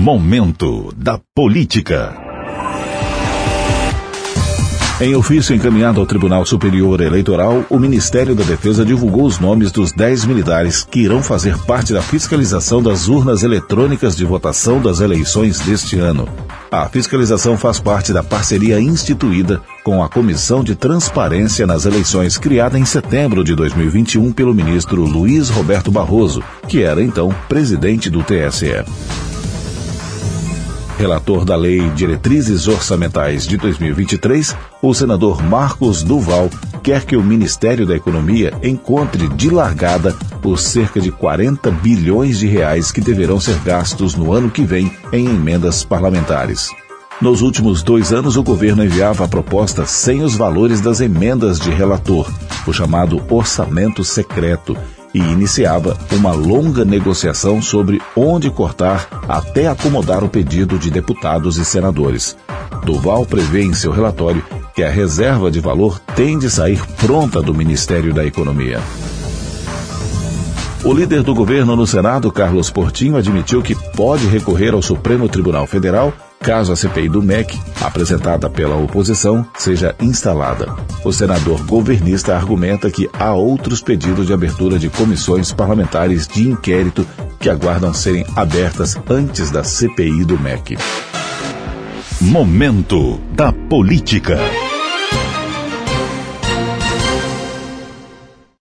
Momento da Política. Em ofício encaminhado ao Tribunal Superior Eleitoral, o Ministério da Defesa divulgou os nomes dos 10 militares que irão fazer parte da fiscalização das urnas eletrônicas de votação das eleições deste ano. A fiscalização faz parte da parceria instituída com a Comissão de Transparência nas Eleições, criada em setembro de 2021 pelo ministro Luiz Roberto Barroso, que era então presidente do TSE. Relator da Lei Diretrizes Orçamentais de 2023, o senador Marcos Duval quer que o Ministério da Economia encontre de largada os cerca de 40 bilhões de reais que deverão ser gastos no ano que vem em emendas parlamentares. Nos últimos 2 anos, o governo enviava a proposta sem os valores das emendas de relator, o chamado orçamento secreto, e iniciava uma longa negociação sobre onde cortar até acomodar o pedido de deputados e senadores. Duval prevê em seu relatório que a reserva de valor tem de sair pronta do Ministério da Economia. O líder do governo no Senado, Carlos Portinho, admitiu que pode recorrer ao Supremo Tribunal Federal caso a CPI do MEC, apresentada pela oposição, seja instalada. O senador governista argumenta que há outros pedidos de abertura de comissões parlamentares de inquérito que aguardam serem abertas antes da CPI do MEC. Momento da Política.